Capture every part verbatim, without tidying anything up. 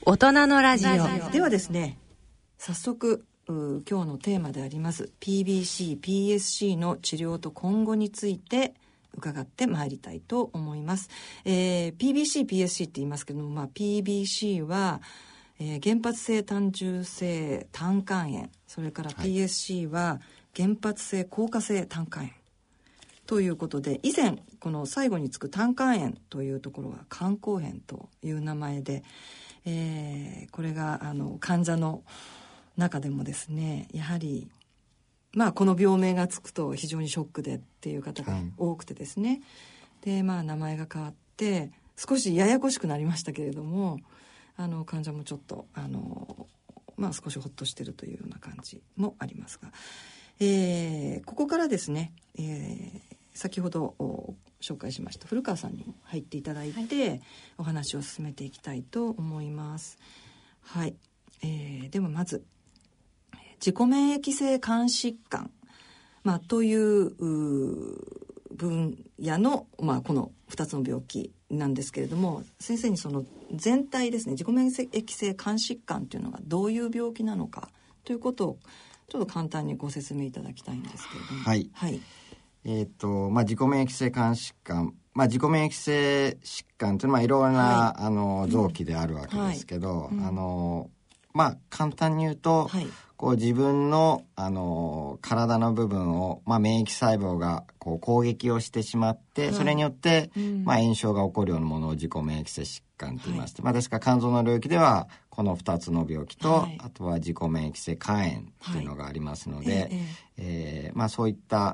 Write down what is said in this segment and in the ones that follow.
大人のラジオ。 ではですね、早速今日のテーマであります ピービーシー、ピーエスシー の治療と今後について伺ってまいりたいと思います。えー、ピービーシー、ピーエスシー って言いますけども、まあ、ピービーシー は、えー、原発性単純性胆管炎、それから ピーエスシー は原発性硬化性胆管炎ということで、以前この最後につく胆管炎というところが肝硬変という名前で、えー、これがあの患者の中でもですね、やはりまあこの病名がつくと非常にショックでっていう方が多くてですね、はい、でまあ名前が変わって少しややこしくなりましたけれども、あの患者もちょっとあのまあ少しほっとしてるというような感じもありますが、えー、ここからですね、えー、先ほど紹介しました古川さんにも入っていただいて、はい、お話を進めていきたいと思います。はい、えー、ではまず自己免疫性肝疾患、まあ、という分野の、まあ、このふたつの病気なんですけれども、先生にその全体ですね、自己免疫性肝疾患というのがどういう病気なのかということをちょっと簡単にご説明いただきたいんですけれども。 はい、はいえーとまあ、自己免疫性肝疾患、まあ、自己免疫性疾患というのは、まあ、いろいろな、はい、あの臓器であるわけですけど、うんはい、あのまあ、簡単に言うと、はい、こう自分の、あの体の部分を、まあ、免疫細胞がこう攻撃をしてしまって、はい、それによって、うんまあ、炎症が起こるようなものを自己免疫性疾患と言いまして、はいまあ、ですから肝臓の領域ではこのふたつの病気と、はい、あとは自己免疫性肝炎というのがありますので、はいえええーまあ、そういった、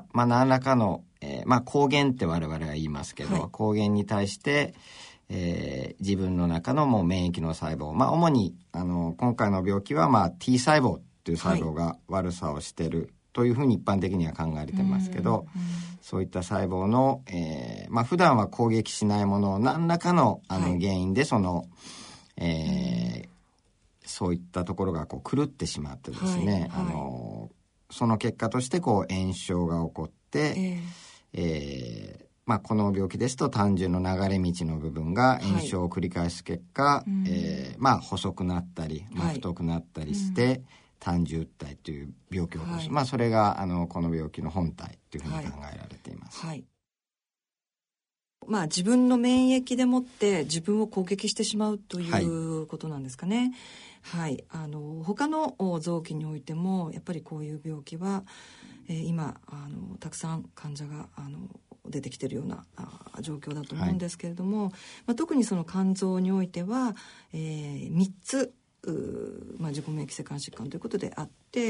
まあ、何らかの、えーまあ、抗原って我々は言いますけど、はい、抗原に対してえー、自分の中のもう免疫の細胞、まあ、主にあの今回の病気は、まあ、T 細胞という細胞が悪さをしているというふうに一般的には考えられてますけど、そういった細胞の、えーまあ、普段は攻撃しないものを何らかの、あの原因でその、えー、そういったところがこう狂ってしまってですね、はいはい、あのその結果としてこう炎症が起こって、えーえーまあ、この病気ですと胆汁の流れ道の部分が炎症を繰り返す結果、はいえーまあ、細くなったり、まあ、太くなったりして、はい、胆汁体という病気を起こす、はいまあ、それがあのこの病気の本体というふうに考えられています、はいはいまあ、自分の免疫でもって自分を攻撃してしまうということなんですかね。はい、はい、あの他の臓器においてもやっぱりこういう病気は、えー、今あのたくさん患者があの出てきているようなあ状況だと思うんですけれども、はいまあ、特にその肝臓においては、えー、みっつまあ、自己免疫性肝疾患ということであって、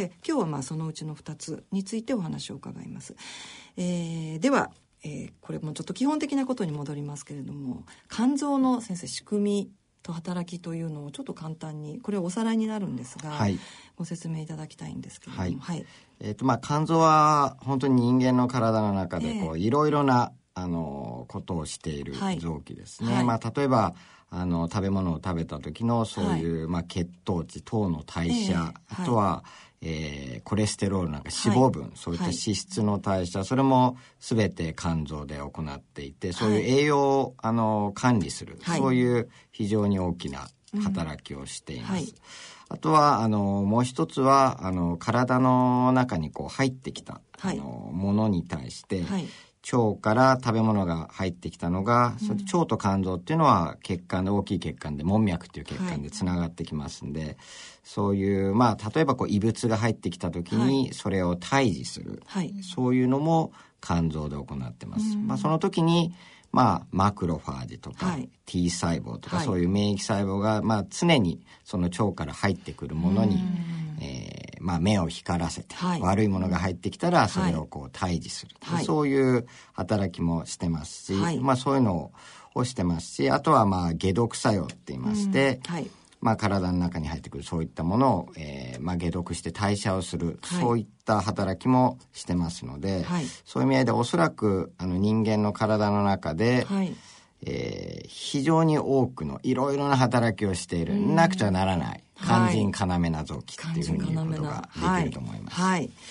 今日はまあそのうちのふたつについてお話を伺います。えー、では、えー、これもちょっと基本的なことに戻りますけれども、肝臓の先生仕組みと働きというのをちょっと簡単に、これはおさらいになるんですが、はい、ご説明いただきたいんですけれども、はいはいえーとまあ、肝臓は本当に人間の体の中でこう、えー、いろいろなあのことをしている臓器ですね、はいまあ、例えばあの食べ物を食べた時のそういう、はいまあ、血糖値等の代謝、えー、あとは、はいえー、コレステロールなんか脂肪分、はい、そういった脂質の代謝、はい、それも全て肝臓で行っていて、そういう栄養をあの管理する、はい、そういう非常に大きな働きをしています、うんはい、あとはあのもう一つはあの体の中にこう入ってきた、はい、あのものに対して、はい腸から食べ物が入ってきたのが、うん、それ腸と肝臓っていうのは血管で大きい血管で門脈っていう血管でつながってきますんで、はい、そういうまあ例えばこう異物が入ってきた時にそれを退治する、はい、そういうのも肝臓で行ってます、うんまあ、その時にまあマクロファージとか、はい、T 細胞とか、はい、そういう免疫細胞がまあ常にその腸から入ってくるものに、うんえーまあ、目を光らせて、はい、悪いものが入ってきたらそれをこう退治する、はい、そういう働きもしてますし、はいまあ、そういうのをしてますし、あとはまあ解毒作用って言いまして、うんはいまあ、体の中に入ってくるそういったものを、えーまあ、解毒して代謝をする、はい、そういった働きもしてますので、はい、そういう意味合いでおそらくあの人間の体の中で、はいえー、非常に多くのいろいろな働きをしている、うん、なくちゃならない肝腎要な臓器っていうふうに言うことができると思います。 はいはい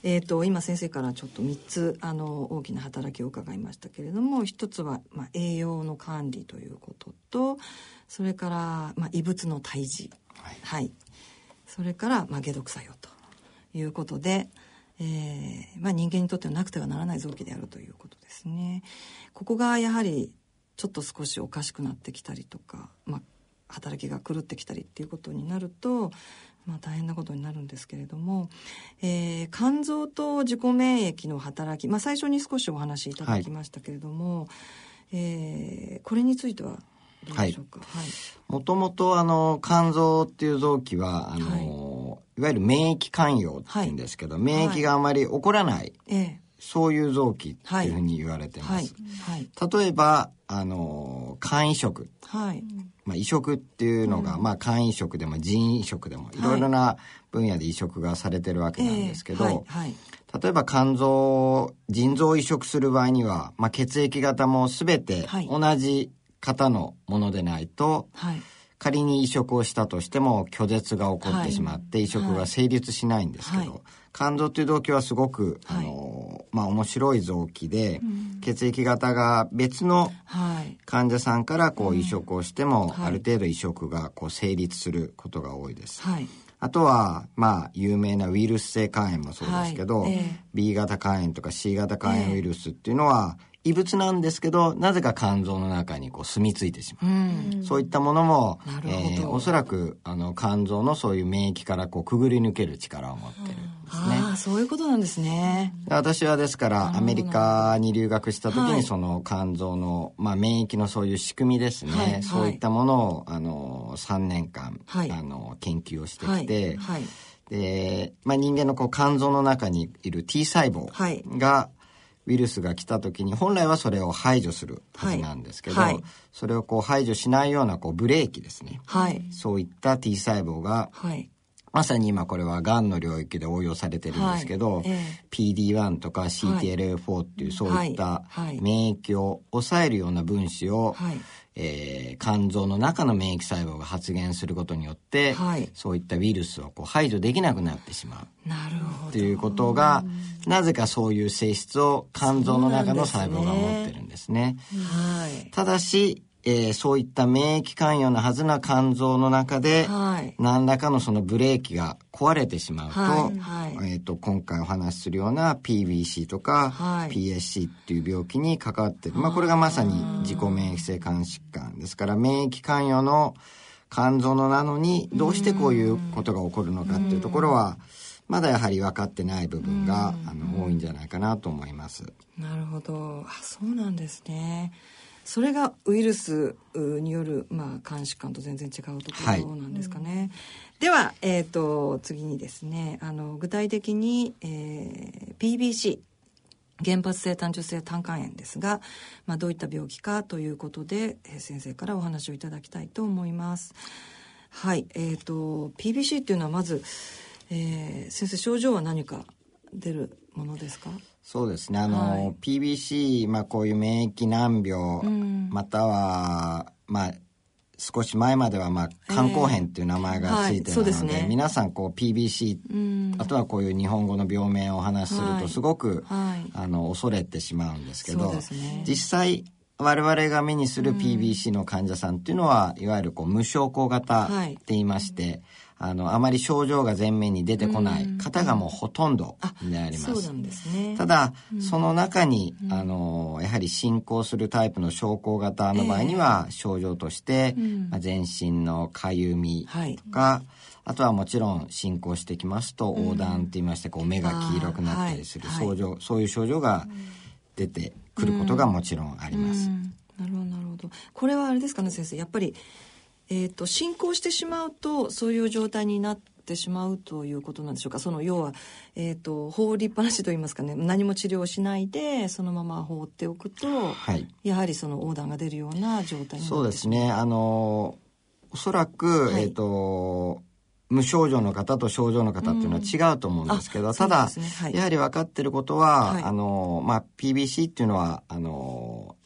えー、と今先生からちょっとみっつあの大きな働きを伺いましたけれども、一つは、まあ、栄養の管理ということと、それから、まあ、異物の退治、はいはい、それから、まあ、解毒作用ということで、えーまあ、人間にとってはなくてはならない臓器であるということですね。ここがやはりちょっと少しおかしくなってきたりとか、まあ、働きが狂ってきたりっていうことになると、まあ、大変なことになるんですけれども、えー、肝臓と自己免疫の働き、まあ、最初に少しお話しいただきましたけれども、はい、えー、これについてはどうでしょうか。はい、 もともとあの肝臓っていう臓器はあの、はい、いわゆる免疫寛容っていうんですけど、はい、免疫があまり起こらない、はい、そういう臓器っていうふうに言われてます。はいはいはい、例えばあの肝移植、はい、まあ、移植っていうのが、うん、まあ、肝移植でも腎移植でもいろいろな分野で移植がされてるわけなんですけど、はいえーはいはい、例えば肝臓腎臓を移植する場合には、まあ、血液型も全て同じ型のものでないと、はい、仮に移植をしたとしても拒絶が起こってしまって移植が成立しないんですけど、はいはい、肝臓という臓器はすごく、はい、あのまあ、面白い臓器で、うん、血液型が別の患者さんからこう移植をしても、うん、ある程度移植がこう成立することが多いです、はい、あとは、まあ、有名なウイルス性肝炎もそうですけど、はいえー、B 型肝炎とか C 型肝炎ウイルスっていうのは、えー異物なんですけど、なぜか肝臓の中にこう住み着いてしまう、うん、そういったものも、えー、おそらくあの肝臓のそういう免疫からこうくぐり抜ける力を持ってるんですね。 ああ、そういうことなんですね。 私はですからアメリカに留学した時にその肝臓の、まあ、免疫のそういう仕組みですね、はい、そういったものをあのさんねんかん、はい、あの研究をしてきて、はいはい、で、まあ、人間のこう肝臓の中にいる T 細胞が、はいウイルスが来た時に本来はそれを排除するはずなんですけど、はいはい、それをこう排除しないようなこうブレーキですね、はい、そういった T 細胞が、はい、まさに今これはがんの領域で応用されてるんですけど、はいえー、ピーディーワン とか シーティーエルエーフォー っていうそういった免疫を抑えるような分子を、はいえー、肝臓の中の免疫細胞が発現することによって、はい、そういったウイルスをこう排除できなくなってしまう。 なるほど。 ということが、なぜかそういう性質を肝臓の中の細胞が持ってるんですね。はい、ただし、えー、そういった免疫関与のはずな肝臓の中で、はい、何らかのそのブレーキが壊れてしまうと、はいはいえー、と今回お話しするような ピービーシー とか、はい、ピーエスシー っていう病気に関わっている、まあ、これがまさに自己免疫性肝疾患ですから、免疫関与の肝臓のなのにどうしてこういうことが起こるのかっていうところはまだやはり分かってない部分があの多いんじゃないかなと思います。 なるほど。あ、そうなんですね。それがウイルスによる、まあ、肝疾患と全然違うところなんですかね。はい、では、えーと、次にですね、あの具体的に、えー、ピービーシー 原発性単純性胆管炎ですが、まあ、どういった病気かということで、えー、先生からお話をいただきたいと思います。はい、えーと ピービーシー っていうのはまず、えー、先生症状は何か出るものですか？ そうですね、あの、はい、ピービーシー、まあ、こういう免疫難病、うん、または、まあ、少し前までは、まあ、肝硬変っていう名前がついてるので、えーはいでね、皆さんこう ピービーシー、うん、あとはこういう日本語の病名をお話しするとすごく、はい、あの恐れてしまうんですけど、ですね、実際我々が目にする ピービーシー の患者さんっていうのは、うん、いわゆるこう無症候型って言いまして、はい、あのあまり症状が前面に出てこない方がもうほとんどであります。 うん、そうなんですね。 ただ、うん、その中にあのやはり進行するタイプの症候型の場合には、えー、症状として、うんまあ、全身のかゆみとか、はい、あとはもちろん進行してきますと黄疸って言いまして、こう目が黄色くなったりする症状、はい、そういう症状が出てくることがもちろんあります。 うんうん、なるほどなるほど。これはあれですかね先生、やっぱりえー、と進行してしまうとそういう状態になってしまうということなんでしょうか。その要は、えー、と放りっぱなしといいますかね、何も治療しないでそのまま放っておくと、はい、やはりその黄疸が出るような状態になってしまう。 そうですね、あのおそらく、はい、えー、と無症状の方と症状の方っていうのは違うと思うんですけど、うん、ただ、ねはい、やはり分かっていることは、はい、あのまあ、ピービーシー っていうのはあの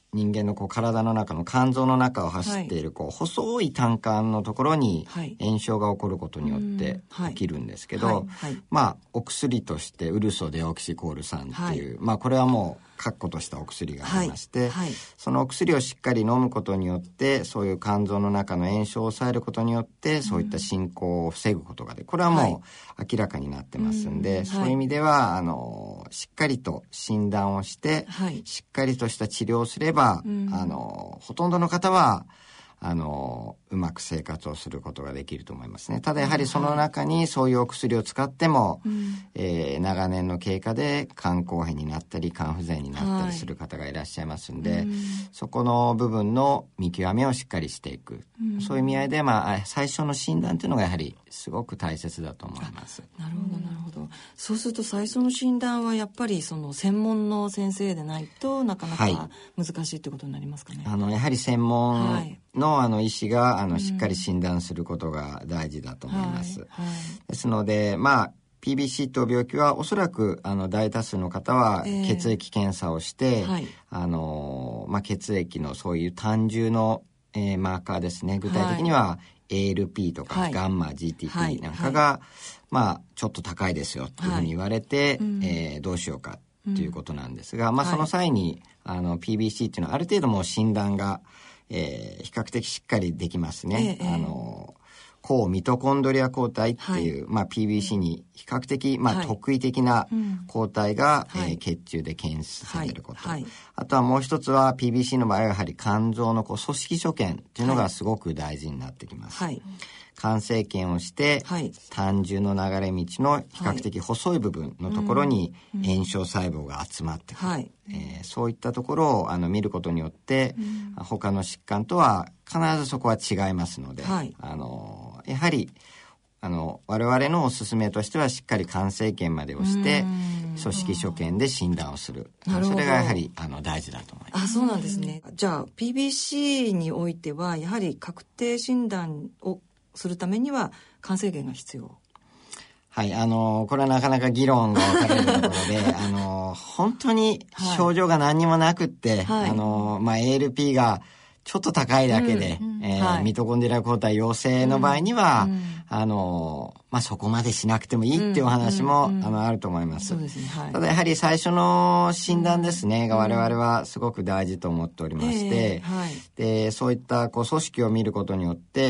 人間のこう体の中の肝臓の中を走っているこう細い胆管のところに炎症が起こることによって起きるんですけど、はいはいはい、まあお薬としてウルソデオキシコール酸っていう、はい、まあこれはもう確固としたお薬がありまして、はいはい、そのお薬をしっかり飲むことによってそういう肝臓の中の炎症を抑えることによってそういった進行を防ぐことがで、これはもう明らかになってますんで、はい、そういう意味ではあのしっかりと診断をして、はい、しっかりとした治療をすれば、あのほとんどの方はあのうまく生活をすることができると思いますね。ただやはりその中にそういうお薬を使っても、はい、えー、長年の経過で肝硬変になったり肝不全になったりする方がいらっしゃいますんで、はい、そこの部分の見極めをしっかりしていく、うん、そういう意味合いで、まあ、最初の診断というのがやはりすごく大切だと思います。 なるほどなるほど。そうすると最初の診断はやっぱりその専門の先生でないとなかなか難しいってことになりますかね。 はい、あのやはり専門の、あの医師があのしっかり診断することが大事だと思います。はいはい、ですので、まあ、ピービーシー という病気はおそらくあの大多数の方は血液検査をして、えーはいあのまあ、血液のそういう単純の、えー、マーカーですね。具体的には エーエルピー とか、はい、ガンマ ジーティーピー なんかが、はいはいまあ、ちょっと高いですよっていうふうに言われて、はいうんえー、どうしようかということなんですが、うんまあ、その際に、はい、あの ピービーシー っていうのはある程度もう診断がえー、比較的しっかりできますね。ええ、あの抗ミトコンドリア抗体っていう、はいまあ、ピービーシー に比較的、まあ、特異的な抗体が、はいえー、血中で検出されること、はいはい、あとはもう一つは ピービーシー の場合はやはり肝臓のこう組織所見っていうのがすごく大事になってきます。はい肝生検をして、はい、胆汁の流れ道の比較的細い部分のところに炎症細胞が集まってくる、はいえー、そういったところをあの見ることによって、うん、他の疾患とは必ずそこは違いますので、はい、あのやはりあの我々のおすすめとしてはしっかり肝生検までをして組織所見で診断をする、それがやはりあの大事だと思います。 あ、そうなんですね。じゃあ ピービーシー においてはやはり確定診断をするためには肝生検が必要。 はい、あのこれはなかなか議論が分かれるところであの本当に症状が何にもなくって、はい、あのまあ、エーエルピー がちょっと高いだけで、うんえーはい、ミトコンドリア抗体陽性の場合には、うん、あのまあ、そこまでしなくてもいいっていうお話も、うんうん、あのあると思います。そうですね、はい、ただやはり最初の診断ですね、うん、が我々はすごく大事と思っておりまして、えーはい、でそういったこう組織を見ることによって、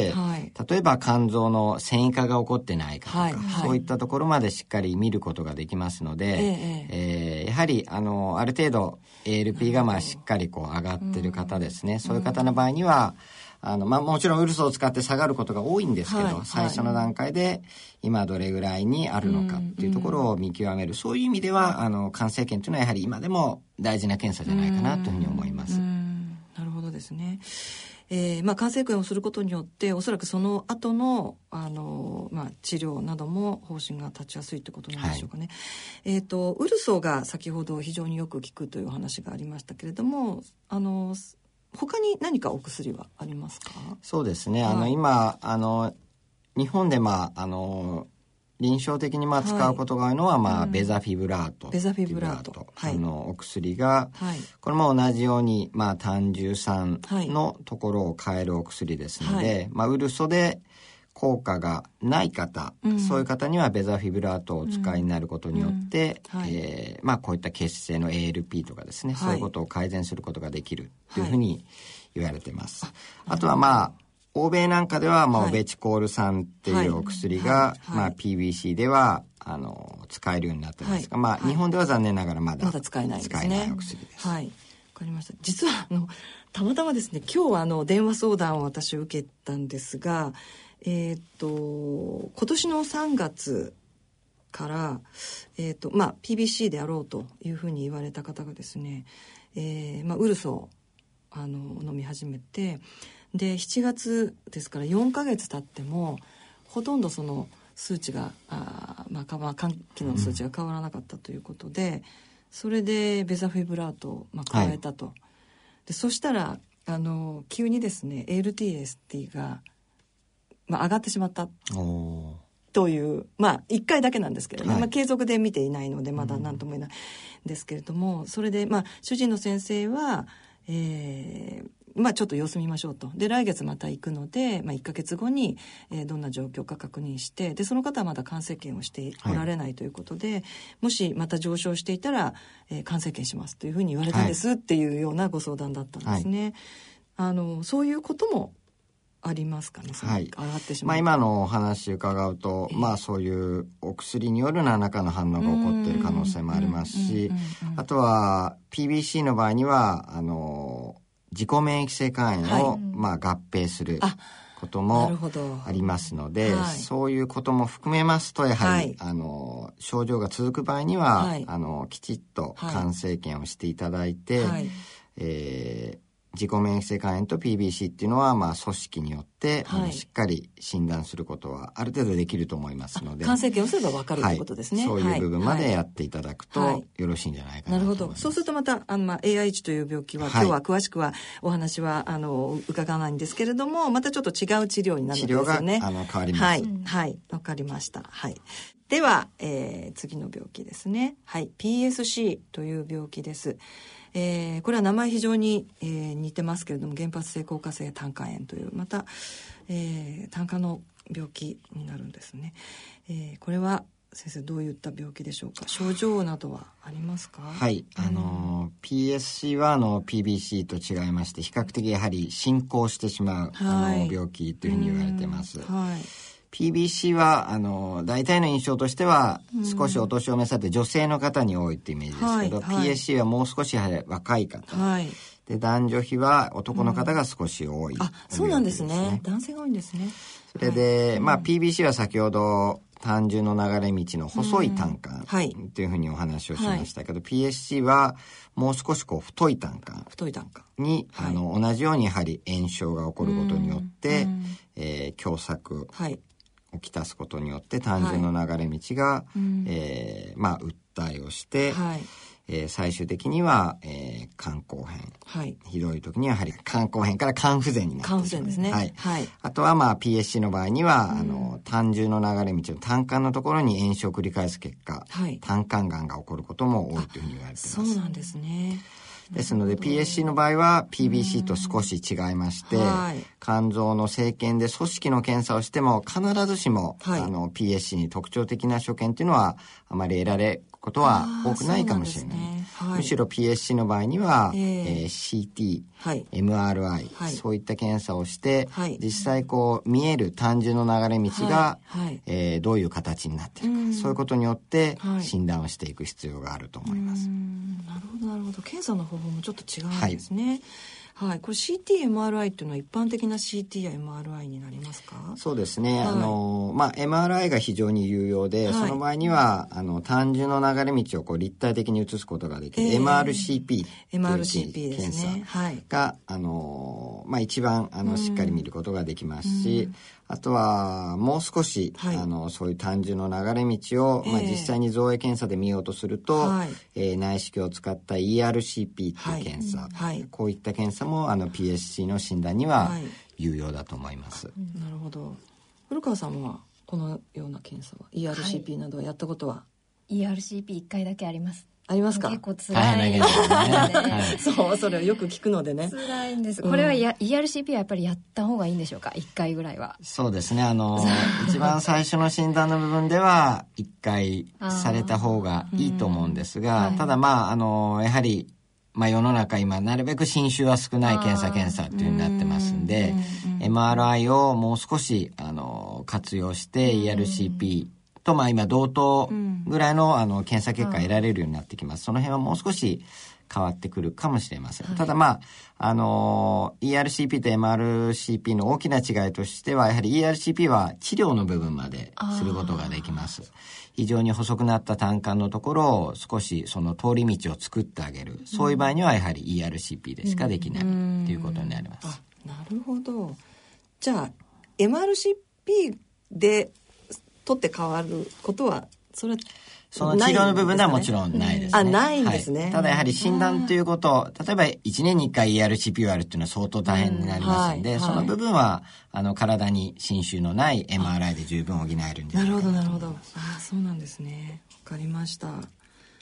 はい、例えば肝臓の線維化が起こってないかとか、はいはい、そういったところまでしっかり見ることができますので、えーえー、やはりあのある程度 エーエルピー がまあしっかりこう上がってる方ですね、うん、そういう方の場合にはあの、まあ、もちろんウルソを使って下がることが多いんですけど、はいはい、最初の段階で今どれぐらいにあるのかっていうところを見極める、うん、そういう意味ではあの肝生検というのはやはり今でも大事な検査じゃないかなというふうに思います。 うんうん、なるほどですね。えーまあ、肝生検をすることによっておそらくその後の、あの、まあ、治療なども方針が立ちやすいということなんでしょうかね。はい、えーと、ウルソが先ほど非常によく効くというお話がありましたけれども、あの他に何かお薬はありますか？ そうですね、はい、あの今あの日本で、まあ、あの臨床的にまあ使うことが多いのは、はいまあうん、ベザフィブラートベザフィブラート、 はい、あのお薬が、はい、これも同じように、まあ、胆汁酸のところを変えるお薬ですので、はいまあ、ウルソで効果がない方、うん、そういう方にはベザフィブラートをお使いになることによって、うんはいえーまあ、こういった血清の エーエルピー とかですね、はい、そういうことを改善することができるというふうに言われてます。はい、あ, あとはまあ欧米なんかでは、まあ、オベチコール酸っていうお薬が、はいはいまあ、ピービーシー ではあの使えるようになってますが、はいまあ、日本では残念ながらまだ、 まだ使えないですね。 使えないお薬です。 はい、わかりました。実はあのたまたまですね、今日はあの電話相談を私受けたんですが、えー、っと今年のさんがつから、えーっとまあ、ピービーシー であろうというふうに言われた方がですね、えーまあ、ウルソをあの飲み始めて、でしちがつですからよんかげつ経ってもほとんどその数値があ、まあ、まあ肝機能の数値が変わらなかったということで、うん、それでベザフィブラートをまあ加えたと、はい、でそしたらあの急にですね エーエルティーエスティー が、まあ、上がってしまったという、まあいっかいだけなんですけどね、はいまあ、継続で見ていないのでまだ何とも言えないんですけれども、うん、それで、まあ、主治医の先生はえーまあ、ちょっと様子見ましょうと。で来月また行くので、まあ、いっかげつごに、えー、どんな状況か確認して、でその方はまだ肝生検をしておられないということで、はい、もしまた上昇していたら、えー、肝生検しますというふうに言われたんです、はい、っていうようなご相談だったんですね、はい、あのそういうこともありますかね。 はい、 上がってしまう、 まあ、今のお話伺うと、えーまあ、そういうお薬による何らかの反応が起こっている可能性もありますし、あとは ピービーシー の場合にはあの自己免疫性肝炎を、はいまあ、合併することもありますので、はい、そういうことも含めますとやはり、はい、あの症状が続く場合には、はい、あのきちっと肝生検をしていただいて、はいえー自己免疫性肝炎と ピービーシー っていうのは、まあ、組織によって、はい、あのしっかり診断することはある程度できると思いますので、 肝生検をすれば分かるということですね、 はい、そういう部分までやっていただくと、はい、よろしいんじゃないかなと思います。 なるほど。そうするとまたあの、まあ、エーアイエイチ という病気は、はい、今日は詳しくはお話はあの伺わないんですけれども、またちょっと違う治療になるんですよね。 治療があの変わります。 はい、はい、分かりました。はい。では、えー、次の病気ですね。はい、ピーエスシー という病気です。えー、これは名前非常に、えー、似てますけれども、原発性硬化性胆管炎というまた、えー、胆管の病気になるんですね、えー、これは先生どういった病気でしょうか。症状などはありますか。 はい、あの ピーエスシー はあの ピービーシー と違いまして比較的やはり進行してしまう、はい、あの病気というふうに言われてます。はい、ピービーシー はあの大体の印象としては少しお年を召されて女性の方に多いっていうイメージですけど、はいはい、ピーエスシー はもう少しやはり若い方、はい、で男女比は男の方が少し多い、うん、 あ、そうなんですね。男性が多いんですね。 それで、はい、まあ ピービーシー は先ほど胆汁の流れ道の細い胆管というふうにお話をしましたけど、はい、ピーエスシー はもう少しこう太い胆管太い胆管に、はい、あの同じようにやはり炎症が起こることによって、えー、狭窄、はいをきたすことによって胆汁の流れ道が、はいえー、まあ訴えをして、はいえー、最終的には、えー、肝硬変、はい、ひどい時にはやはり肝硬変から肝不全になってしまう。 肝不全ですね、 はいはい、あとはまあ ピーエスシー の場合には、うん、あの胆汁の流れ道の胆管のところに炎症を繰り返す結果、はい、胆管がんが起こることも多いというふうに言われています。 そうなんですね。 ですので ピーエスシー の場合は ピービーシー と少し違いまして、はい、肝臓の生検で組織の検査をしても必ずしも、はい、あの ピーエスシー に特徴的な所見というのはあまり得られることは多くないかもしれない、ねはい、むしろ ピーエスシー の場合には、えーえー、シーティー、はい、エムアールアイ、はい、そういった検査をして、はい、実際こう見える胆汁の流れ道が、はいはいえー、どういう形になっているか、そういうことによって診断をしていく必要があると思います。 うーんなるほどなるほど。検査の方法もちょっと違うんですね。はいはい、これ シーティー、エムアールアイ っていうのは一般的な シーティー や エムアールアイ になりますか。 そうですね、はい、あのまあ、エムアールアイ が非常に有用で、はい、その場合にはあの胆汁の流れ道をこう立体的に映すことができる、えー、エムアールシーピー という検査が、ねはい、あのまあ、一番あのしっかり見ることができますし、あとはもう少し、はい、あのそういう胆汁の流れ道を、えーまあ、実際に造影検査で見ようとすると、はいえー、内視鏡を使った イーアールシーピー という検査、はい、こういった検査もあの ピーエスシー の診断には有用だと思います、はい、 なるほど。古川さんはこのような検査は イーアールシーピー などはやったことは、はい、イーアールシーピーいっかいだけあります。 ありますか。 結構辛いですね、 はい、そうそれをよく聞くのでね辛いんです。これはや、うん、イーアールシーピー はやっぱりやった方がいいんでしょうか。いっかいぐらいは。 そうですね、あの一番最初の診断の部分ではいっかいされた方がいいと思うんですが、ただまああのやはりまあ、世の中今なるべく侵襲は少ない検査検査という風になってますんで、エムアールアイ をもう少しあの活用して イーアールシーピーとまあ今同等ぐらいのあの検査結果得られるようになってきます。その辺はもう少し変わってくるかもしれません。ただまああの イーアールシーピー と エムアールシーピー の大きな違いとしてはやはり イーアールシーピー は治療の部分まですることができます。非常に細くなった胆管のところを少しその通り道を作ってあげる、そういう場合にはやはり イーアールシーピー でしかできないということになります。 あ、なるほど。じゃあ エムアールシーピー で取って変わることはそれはその治療の部分ではもちろんないですね。 あ、ないんですね、 はい、ただやはり診断ということ、例えばいちねんにいっかい イーアールシーピー をやるっていうのは相当大変になりますので、うんはい、その部分はあの体に侵襲のない エムアールアイ で十分補えるんじゃないかなと。 なるほどなるほど。あ、そうなんですね。わかりました。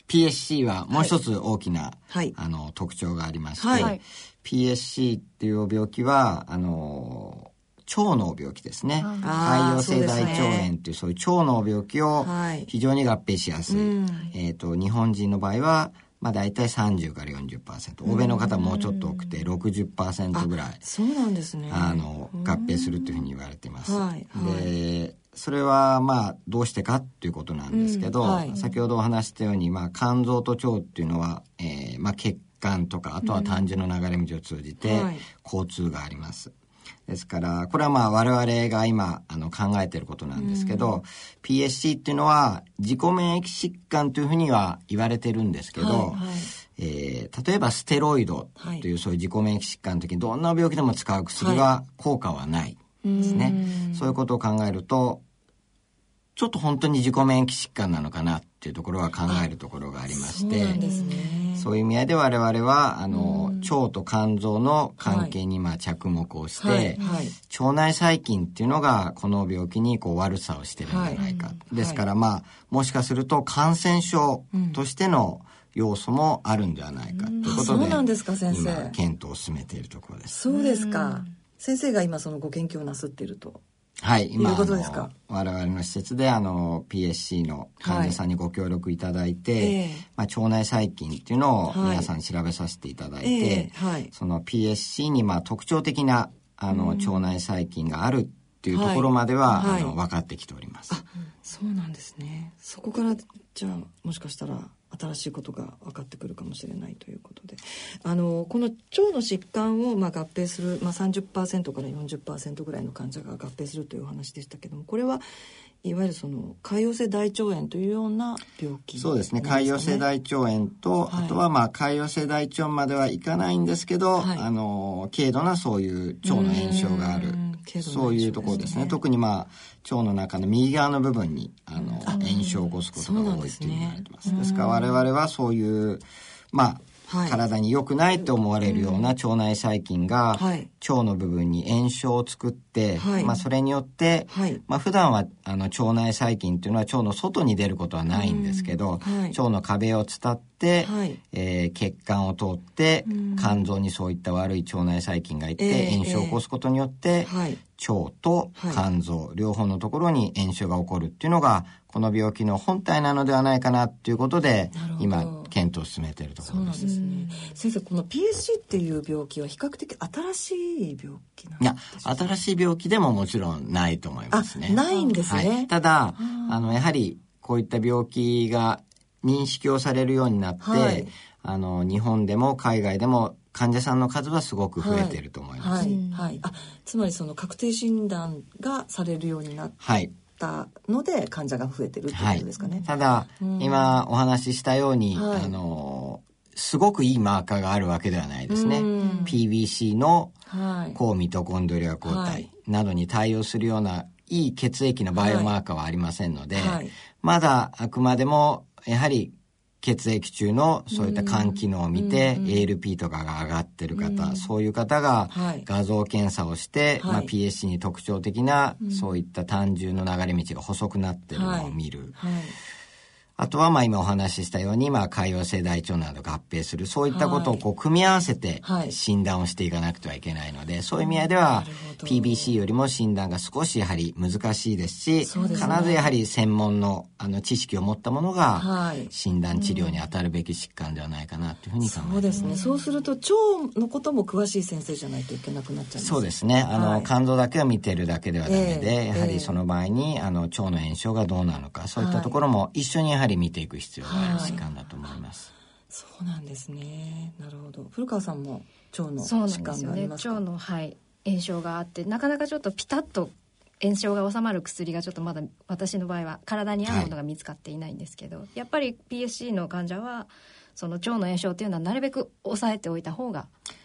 ピーエスシー はもう一つ大きな、 はい、 あの特徴がありまして、 はい、 ピーエスシー っていう病気はあの腸の病気ですね。潰瘍性大腸炎っていうそういう腸の病気を非常に合併しやすい、はいえー、と日本人の場合はまあ、大体さんじゅうからよんじゅっパーセント、欧米の方もうちょっと多くて ろくじゅっパーセント ぐらいそうなんですね、 あの合併するというふうに言われています、 はいはい、 でそれはまあどうしてかっていうことなんですけど、うんはい、先ほどお話したように、まあ、肝臓と腸っていうのは、えーまあ、血管とかあとは胆汁の流れ道を通じて交通があります、はいですからこれはまあ我々が今あの考えていることなんですけど、うん、ピーエスシー っていうのは自己免疫疾患というふうには言われてるんですけど、はいはいえー、例えばステロイドというそういう自己免疫疾患の時にどんな病気でも使う薬は効果はないですね、はい、そういうことを考えるとちょっと本当に自己免疫疾患なのかなっていうところは考えるところがありまして、 そうなんですね、 そういう意味合いで我々はあの腸と肝臓の関係にまあ着目をして、はいはいはい、腸内細菌っていうのがこの病気にこう悪さをしてるんじゃないか、はい、ですからまあもしかすると感染症としての要素もあるんではないかということで、 そうなんですか先生、 今検討を進めているところです。 そうですか、先生が今そのご研究をなさっているとはい、今いうことですか。 我々の施設であの ピーエスシー の患者さんにご協力いただいて、はいえーまあ、腸内細菌っていうのを皆さん調べさせていただいて、はいえーはい、その ピーエスシー にまあ特徴的なあの腸内細菌があるっていうところまでは、はい、あの分かってきております。 あ、そうなんですね。そこからじゃあもしかしたら新しいことが分かってくるかもしれないということで、あのこの腸の疾患をまあ合併する、まあ、さんじゅっパーセントからよんじゅっパーセントぐらいの患者が合併するというお話でしたけども、これはいわゆるその潰瘍性大腸炎というような病気、ね、 そうですね、潰瘍性大腸炎と、はい、あとはまあ潰瘍性大腸炎まではいかないんですけど、はい、あの軽度なそういう腸の炎症がある、そういうところですね。特にまあ腸の中の右側の部分にあの炎症を起こすことが多いというふうに言われてます。ですから我々はそういうまあはい、体に良くないと思われるような腸内細菌が腸の部分に炎症を作って、はいまあ、それによって、はいまあ、普段はあの腸内細菌というのは腸の外に出ることはないんですけど、はい、腸の壁を伝って、はいえー、血管を通って肝臓にそういった悪い腸内細菌がいて炎症を起こすことによって、えーえー、腸と肝臓、はい、両方のところに炎症が起こるっていうのがこの病気の本体なのではないかなっていうことで今検討を進めているところです。 そうなんですね。先生、この ピーエスシー っていう病気は比較的新しい病気なんですか？ いや、新しい病気でももちろんないと思いますね。 あ、ないんですね。 はい、ただあのやはりこういった病気が認識をされるようになって、はい、あの日本でも海外でも患者さんの数はすごく増えていると思います。 はいはいはい、あ、つまりその確定診断がされるようになって、はいたので患者が増えてるってことですかね。 はい、ただ、うん、今お話ししたように、はい、あのすごくいいマーカーがあるわけではないですね。ピービーシー の抗ミトコンドリア抗体などに対応するようないい血液のバイオマーカーはありませんので、はいはい、まだあくまでもやはり血液中のそういった肝機能を見て、うん、エーエルピー とかが上がってる方、うん、そういう方が画像検査をして、はいまあ、ピーエスシー に特徴的な、はい、そういった胆汁の流れ道が細くなってるのを見る、はいはい、あとはまあ今お話ししたように、まあ、潰瘍性大腸など合併するそういったことをこう組み合わせて診断をしていかなくてはいけないので、そういう意味合いでは ピービーシー よりも診断が少しやはり難しいですし、そうですね、必ずやはり専門のあの知識を持ったものが診断治療に当たるべき疾患ではないかなというふうに考えています。 そうですね。そうすると腸のことも詳しい先生じゃないといけなくなっちゃうんです。 そうですね。あの、はい、肝臓だけを見てるだけではダメで、えー、やはりその場合にあの腸の炎症がどうなのか、そういったところも一緒にやはり見ていく必要がある疾患だと思います。 はい、そうなんですね。なるほど。古川さんも腸の疾患がありますか？ そうなんですよね。腸の、はい、炎症があって、なかなかちょっとピタッと炎症が治まる薬がちょっとまだ私の場合は体に合うものが見つかっていないんですけど、はい、やっぱり ピーエスシー の患者はその腸の炎症っていうのはなるべく抑えておいた方が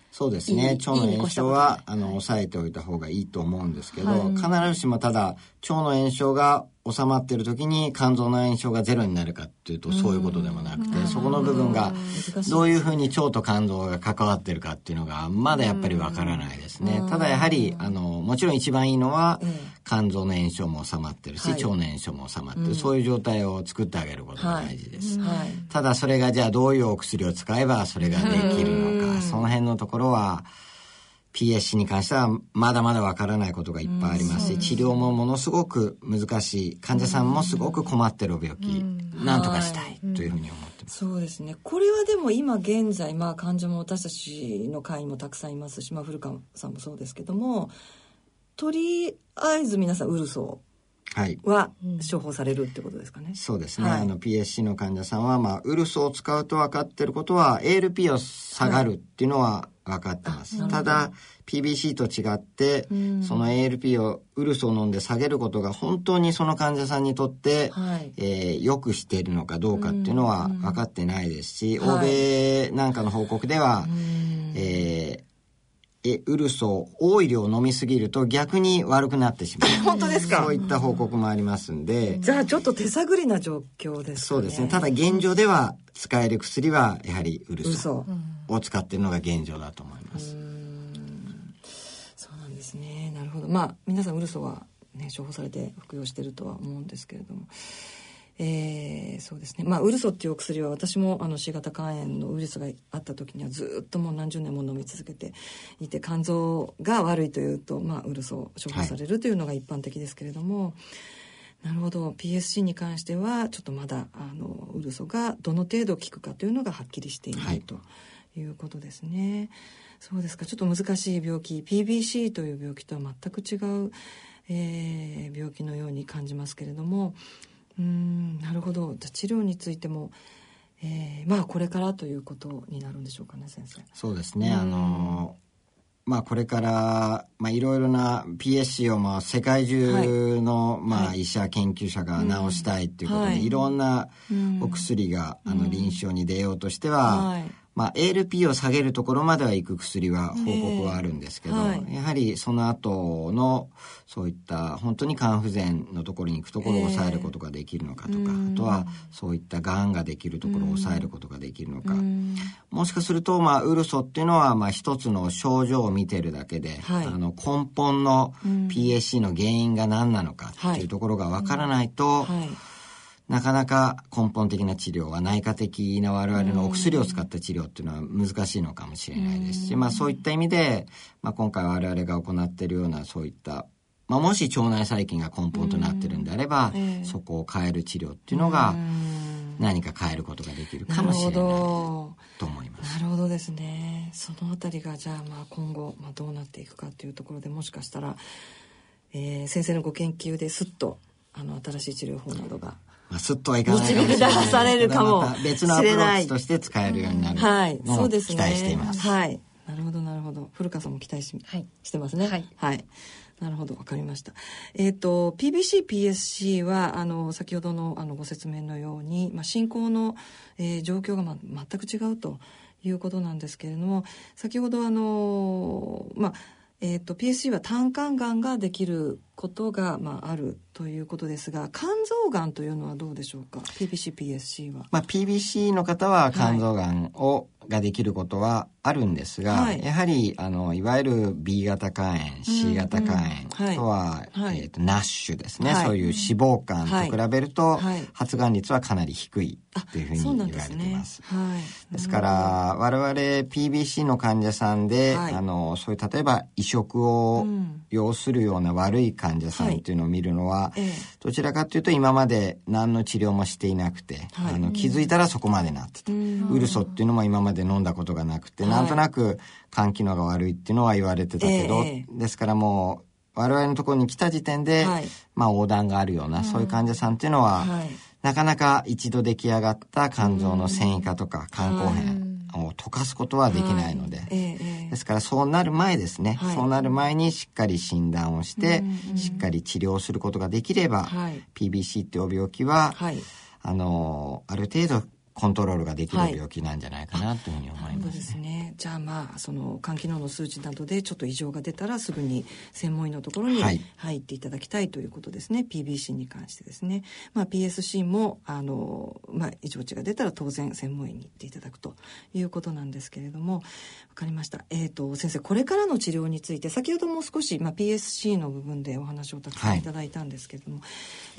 そうですね。腸の炎症はあの抑えておいた方がいいと思うんですけど、はい、必ずしもただ腸の炎症が収まっている時に肝臓の炎症がゼロになるかっていうとそういうことでもなくて、そこの部分がどういうふうに腸と肝臓が関わってるかっていうのがまだやっぱりわからないですね。ただやはりあのもちろん一番いいのは肝臓の炎症も収まってるし、はい、腸の炎症も収まってる、そういう状態を作ってあげることが大事です、はいはい、ただそれがじゃあどういうお薬を使えばそれができるのか、その辺のところはピーエスシー に関してはまだまだわからないことがいっぱいありますし、治療もものすごく難しい、患者さんもすごく困ってる病気、なんとかしたいというふうに思ってます。 そうですね。これはでも今現在、まあ、患者も私たちの会員もたくさんいますし、まあ、古川さんもそうですけども、とりあえず皆さんウルソーは処方されるってことですかね。 そうですね、はい、あの ピーエスシー の患者さんは、まあ、ウルソーを使うと分かっていることは エーエルピー を下がるっていうのは分かってます、はい、ただ ピービーシー と違って、その エーエルピー をウルソーを飲んで下げることが本当にその患者さんにとって、はい、えー、よくしているのかどうかっていうのは分かってないですし、欧米なんかの報告では、えーえウルソー多い量飲みすぎると逆に悪くなってしまう本当ですか。 そういった報告もありますんで、 じゃあちょっと手探りな状況ですね。 そうですね。ただ現状では使える薬はやはりウルソーを使っているのが現状だと思います。 うーん、そうなんですね。なるほど。まあ皆さんウルソーは、ね、処方されて服用しているとは思うんですけれども、えー、そうですね。まあウルソっていうお薬は私もあの C 型肝炎のウイルスがあった時にはずっともう何十年も飲み続けていて、肝臓が悪いというと、まあ、ウルソを処方されるというのが一般的ですけれども、はい、なるほど。 ピーエスシー に関してはちょっとまだあのウルソがどの程度効くかというのがはっきりしていない、はい、ということですね。そうですか。ちょっと難しい病気 ピービーシー という病気とは全く違う、えー、病気のように感じますけれども、うーん、なるほど。じゃ治療についても、えー、まあこれからということになるんでしょうかね、先生。 そうですね。あのまあこれからまあいろいろな ピーエスシー をまあ世界中の、はい、まあ医者研究者が治したいっていうことで、はい、いろんなお薬が、あの臨床に出ようとしては、はい、まあ、エーエルピー を下げるところまでは行く薬は報告はあるんですけど、はい、やはりその後のそういった本当に肝不全のところに行くところを抑えることができるのかとか、えー、あとはそういったがんができるところを抑えることができるのか、もしかすると、まあ、ウルソっていうのはまあ一つの症状を見てるだけで、はい、あの根本の ピーエスシー の原因が何なのかっていうところがわからないと、はいはい、なかなか根本的な治療は内科的な我々のお薬を使った治療っていうのは難しいのかもしれないですし、まあそういった意味で、まあ、今回我々が行っているようなそういった、まあ、もし腸内細菌が根本となってるんであれば、そこを変える治療っていうのが何か変えることができるかもしれないと思います。 なるほどですね。そのあたりがじゃあまあ今後、まあ、どうなっていくかというところで、もしかしたら、えー、先生のご研究ですっとあの新しい治療法などがまあ、すっとはいかないかもしれない。 導き出されるかもしれない。 別のアプローチとして使えるようになるのを期待しています。 はい。なるほど、なるほど。古川さんも期待し、はい、してますね。はい。はい。なるほど、わかりました。えっと、ピービーシー、ピーエスシー は、あの、先ほどのあのご説明のように、まあ、進行の、えー、状況が、ま、全く違うということなんですけれども、先ほどあの、まあ、えっと、ピーエスシー は胆管がんができることが、まあ、あるということですが、肝臓がんというのはどうでしょうか。 ピービーシー、ピーエスシー は、 まあ、ピービーシー の方は肝臓がんを、はい、ができることはあるんですが、はい、やはりあのいわゆる B 型肝炎、C 型肝炎、うんうん、とは、はい、えーと、ナッシュですね、はい、そういう脂肪肝と比べると、はい、発がん率はかなり低いというふうに言われています。です、ね、はい、ですから我々 ピービーシー の患者さんで、はい、あのそういう例えば移植を要するような悪い患者さんっていうのを見るのは、はい、どちらかというと今まで何の治療もしていなくて、はい、あの気づいたらそこまでなってた、うん、ウルソっていうのも今まで飲んだことがなくて、はい、なんとなく肝機能が悪いっていうのは言われてたけど、えー、ですからもう我々のところに来た時点で、はい、まあ横断があるような、うん、そういう患者さんっていうのは、はい、なかなか一度出来上がった肝臓の線維化とか肝硬変を溶かすことはできないので、はい、えー、ですからそうなる前ですね、はい、そうなる前にしっかり診断をして、うん、しっかり治療することができれば、はい、ピービーシー っていう病気は、はい、あのある程度コントロールができる病気なんじゃないかなというふうに思いますね。 そうですね。じゃあまあその肝機能の数値などでちょっと異常が出たらすぐに専門医のところに入っていただきたいということですね。はい、ピービーシー に関してですね。まあ ピーエスシー もあのまあ異常値が出たら当然専門医に行っていただくということなんですけれども、わかりました。えっと先生、これからの治療について先ほども少しまあ ピーエスシー の部分でお話をたくさんいただいたんですけれども、はい、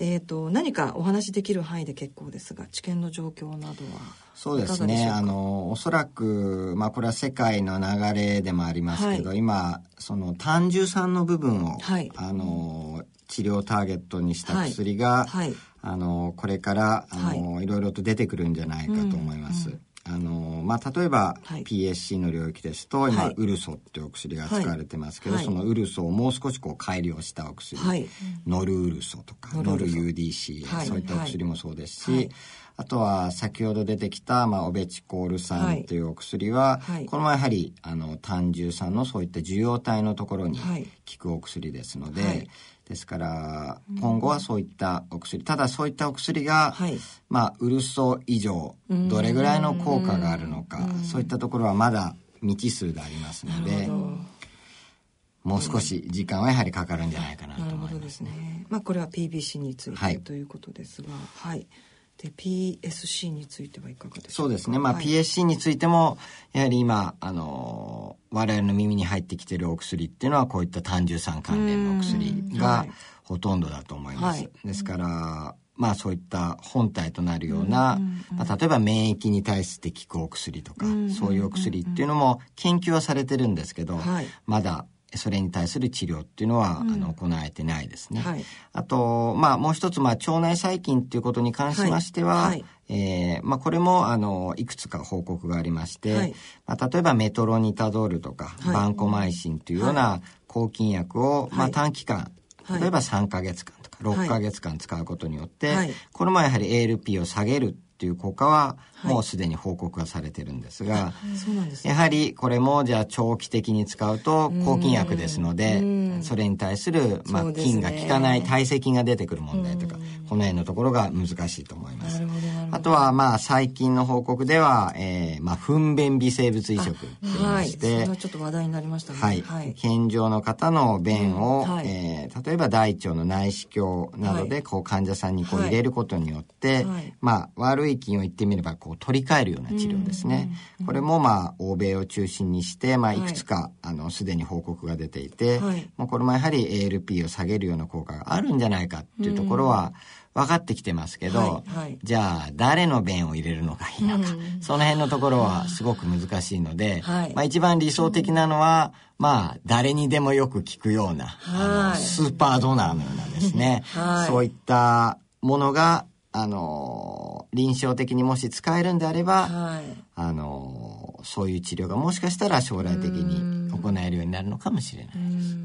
えっと何かお話できる範囲で結構ですが、治験の状況などは。 そうですね。あのおそらく、まあ、これは世界の流れでもありますけど、はい、今その胆汁酸の部分を、はい、あの治療ターゲットにした薬が、はいはい、あのこれからあの、はい、いろいろと出てくるんじゃないかと思います。うんうん、あのまあ、例えば、はい、ピーエスシー の領域ですと今、はい、ウルソっていうお薬が使われてますけど、はい、そのウルソをもう少しこう改良したお薬、はい、ノルウルソとかノル ユーディーシー、はい、そういったお薬もそうですし、はい、あとは先ほど出てきた、まあ、オベチコール酸というお薬は、はい、これもやはりあの胆汁酸のそういった受容体のところに効くお薬ですので、はい、ですから今後はそういったお薬、ただそういったお薬が、はい、まあ、ウルソ以上どれぐらいの効果があるのか、そういったところはまだ未知数でありますので、もう少し時間はやはりかかるんじゃないかなと思います。なるほどですね。 まあ、これは ピービーシー について、はい、ということですが、はい。で ピーエスシー についてはいかがですか。 そうですね、まあはい、ピーエスシー についてもやはり今あの我々の耳に入ってきているお薬っていうのはこういった胆汁酸関連のお薬がほとんどだと思います、はい、ですからまあそういった本体となるような、まあ、例えば免疫に対して効くお薬とか、そういうお薬っていうのも研究はされてるんですけど、はい、まだそれに対する治療っていうのは、うん、あの行われてないですね、はい、あと、まあ、もう一つ、まあ、腸内細菌っていうことに関しましては、はいはい、えーまあ、これもあのいくつか報告がありまして、はい、まあ、例えばメトロニタゾールとか、はい、バンコマイシンというような抗菌薬を、はい、まあ、短期間、はい、例えばさんかげつかんとかろっかげつかん使うことによって、はい、これもやはり エーエルピー を下げるという効果はもうすでに報告がされてるんですが、はい、そうなんですね、やはりこれもじゃあ長期的に使うと抗菌薬ですので、それに対する、まあ、菌が効かない耐性菌が出てくる問題とか、この辺のところが難しいと思います。あとはまあ最近の報告では、えーまあ、糞便微生物移植って言いまして、はい、それはちょっと話題になりましたね。 はいはい、健常の方の便を、うんはい、えー、例えば大腸の内視鏡などでこう患者さんにこう入れることによって、はい、まあ、悪い菌を言ってみればこう取り替えるような治療ですね、うんうん、これもまあ欧米を中心にして、まあ、いくつか、はい、あのすでに報告が出ていて、はい、もうこれもやはり エーエルピー を下げるような効果があるんじゃないかっていうところは分かってきてますけど、はいはい、じゃあ誰の便を入れるのがいいのか、うん、その辺のところはすごく難しいので、はい、まあ、一番理想的なのは、うん、まあ誰にでもよく効くような、はい、あのスーパードナーのようなですね、はい、そういったものがあの臨床的にもし使えるんであれば、はい、あのそういう治療がもしかしたら将来的に行えるようになるのかもしれないです。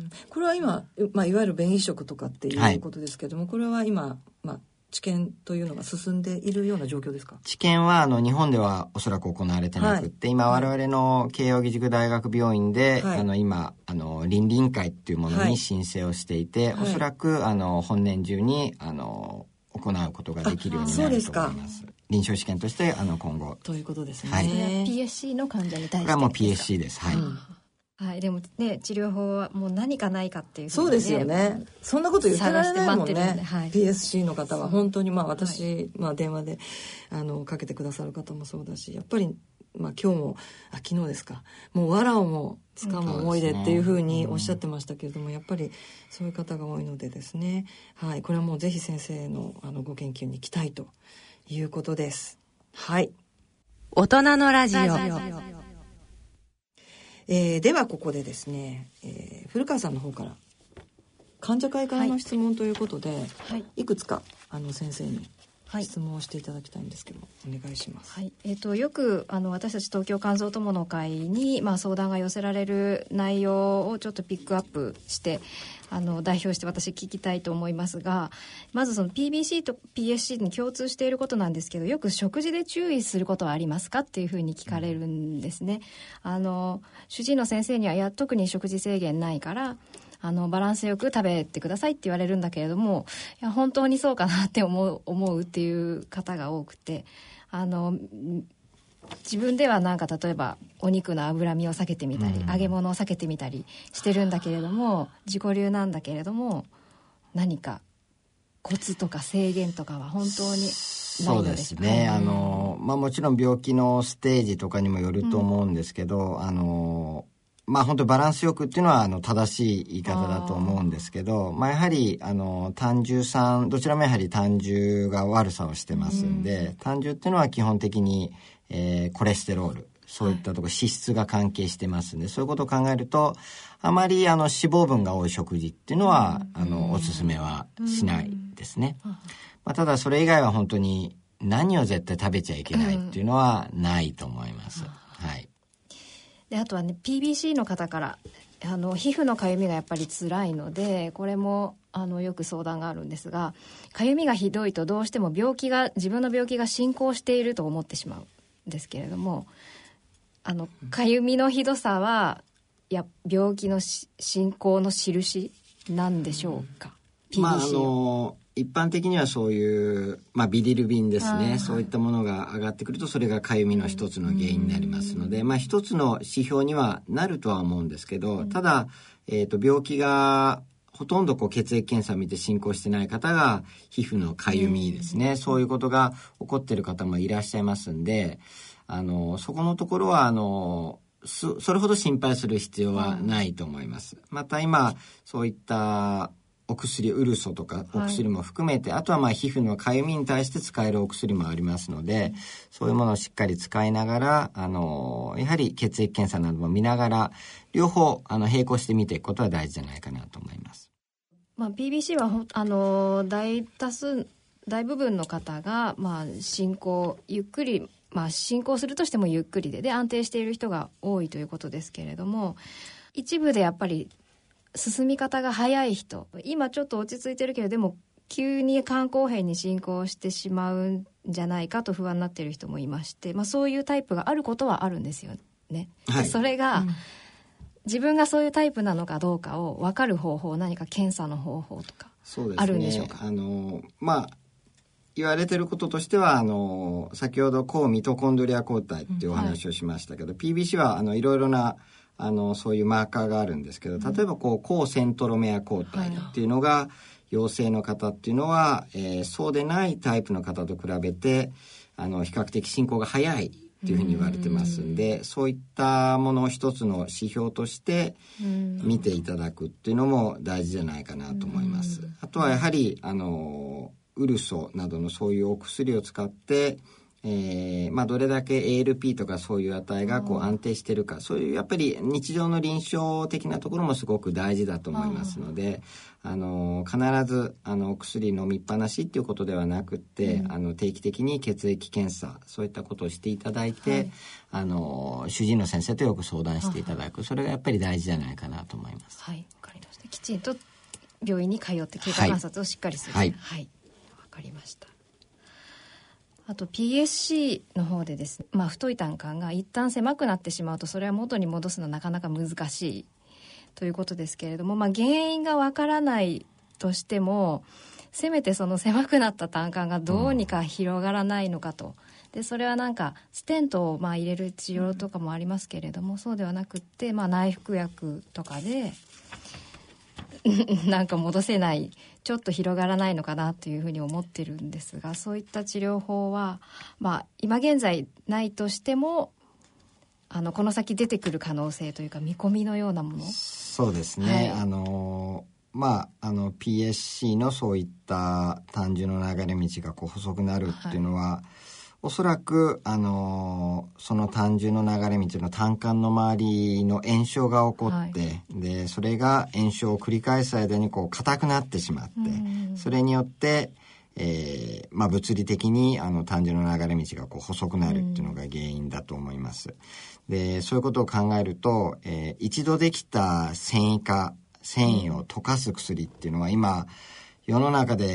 これは今、まあ、いわゆる便移植とかっていうことですけども、はい、これは今、まあ、治験というのが進んでいるような状況ですか。 治験はあの日本ではおそらく行われてなくって、はい、今我々の慶應義塾大学病院で、はい、あの今あの倫理委員会っていうものに申請をしていて、はい、おそらくあの本年中にあの行うことができるようになると思います。臨床試験としてあの今後ということですね、 はい、ピーエスシー の患者に対してこれはもう ピーエスシー です、はい、 うんはい、でもね治療法はもう何かないかっていう、ね、 そうですよね。そんなこと言ってられないもんね、 はい、 ピーエスシー の方は本当にまあ私、はい、まあ、電話であのかけてくださる方もそうだし、やっぱりまあ今日もあ昨日ですか、もう藁をもつかむ思いでっていうふうにおっしゃってましたけれども、やっぱりそういう方が多いのでですね、はい、これはもうぜひ先生のあのご研究に期待ということです。はい。 大人のラジオ。 えー、ではここでですね、えー、古川さんの方から患者会からの質問ということで、はい、いくつかあの先生に質問をしていただきたいんですけども、はい、お願いします。 はい、えー、とよくあの私たち東京肝臓友の会に、まあ、相談が寄せられる内容をちょっとピックアップしてあの代表して私聞きたいと思いますが、まずその ピービーシー と ピーエスシー に共通していることなんですけど、よく食事で注意することはありますかっていうふうに聞かれるんですね。あの主治医の先生にはいや特に食事制限ないからあのバランスよく食べてくださいって言われるんだけれども、いや本当にそうかなって思う、思うっていう方が多くて、 あの自分ではなんか例えばお肉の脂身を避けてみたり、うん、揚げ物を避けてみたりしてるんだけれども、自己流なんだけれども、何かコツとか制限とかは本当にないのでしょうか？ そうですね、あの、まあ、もちろん病気のステージとかにもよると思うんですけど、うん、あのまあ本当バランスよくっていうのはあの正しい言い方だと思うんですけど、まあやはりあの胆汁酸、どちらもやはり胆汁が悪さをしてますんで、うん、胆汁っていうのは基本的に、えー、コレステロール、そういったところ、はい、脂質が関係してますんで、そういうことを考えるとあまりあの脂肪分が多い食事っていうのは、うん、あのおすすめはしないですね、うん、まあ、ただそれ以外は本当に何を絶対食べちゃいけないっていうのはないと思います、うん、はい。 であとはね ピービーシー の方からあの皮膚のかゆみがやっぱり辛いので、これもあのよく相談があるんですが、かゆみがひどいとどうしても病気が自分の病気が進行していると思ってしまうんですけれども、あのかゆみのひどさはいや病気の進行の印なんでしょうか？ ピービーシーまああの一般的にはそういう、まあ、ビリルビンですね、そういったものが上がってくるとそれがかゆみの一つの原因になりますので、まあ、一つの指標にはなるとは思うんですけど、ただ、えーと、病気がほとんどこう血液検査を見て進行してない方が皮膚のかゆみですね、そういうことが起こっている方もいらっしゃいますんで、あのそこのところはあのそ, それほど心配する必要はないと思います。また今そういったお薬、ウルソとかお薬も含めて、はい、あとはまあ皮膚のかゆみに対して使えるお薬もありますので、そういうものをしっかり使いながら、あのやはり血液検査なども見ながら両方あの並行して見ていくことは大事じゃないかなと思います。 まあ、ピービーシー はあの大多数大部分の方が、まあ、進行ゆっくり、まあ、進行するとしてもゆっくりでで安定している人が多いということですけれども、一部でやっぱり進み方が早い人、今ちょっと落ち着いてるけどでも急に肝硬変に進行してしまうんじゃないかと不安になっている人もいまして、まあ、そういうタイプがあることはあるんですよね、はい、それが、うん、自分がそういうタイプなのかどうかを分かる方法、何か検査の方法とかあるんでしょうか？ そうですね、あのまあ言われてることとしてはあの先ほど抗ミトコンドリア抗体っていうお話をしましたけど、うん、はい、ピービーシー はあのいろいろなあのそういうマーカーがあるんですけど、例えばこう抗セントロメア抗体っていうのが陽性の方っていうのは、えー、そうでないタイプの方と比べてあの比較的進行が早いっていうふうに言われてますんで、そういったものを一つの指標として見ていただくっていうのも大事じゃないかなと思います。あとはやはりあのウルソなどのそういうお薬を使ってえーまあ、どれだけ エーエルピー とかそういう値がこう安定しているか、そういうやっぱり日常の臨床的なところもすごく大事だと思いますので、あの必ずあの薬飲みっぱなしっていうことではなくって、うん、あの定期的に血液検査そういったことをしていただいて、はい、あの主治医の先生とよく相談していただく、それがやっぱり大事じゃないかなと思います。 はい、わかりました。きちんと病院に通って経過観察をしっかりする。はい、はい、わかりました。あと ピーエスシー の方でですね、まあ、太い胆管が一旦狭くなってしまうとそれは元に戻すのはなかなか難しいということですけれども、まあ、原因がわからないとしてもせめてその狭くなった胆管がどうにか広がらないのかと、でそれはなんかステントをまあ入れる治療とかもありますけれども、そうではなくって、まあ、内服薬とかでなんか戻せない、ちょっと広がらないのかなというふうに思ってるんですが、そういった治療法は、まあ、今現在ないとしてもあのこの先出てくる可能性というか見込みのようなもの。 そうですね、はい、あのまああの ピーエスシー のそういった胆汁の流れ道がこう細くなるっていうのは、はい、おそらくあのその胆汁の流れ道の胆管の周りの炎症が起こって、はい、でそれが炎症を繰り返す間にこう硬くなってしまって、それによって、えーまあ、物理的にあの胆汁の流れ道がこう細くなるっていうのが原因だと思います。でそういうことを考えると、えー、一度できた繊維化繊維を溶かす薬っていうのは今世の中で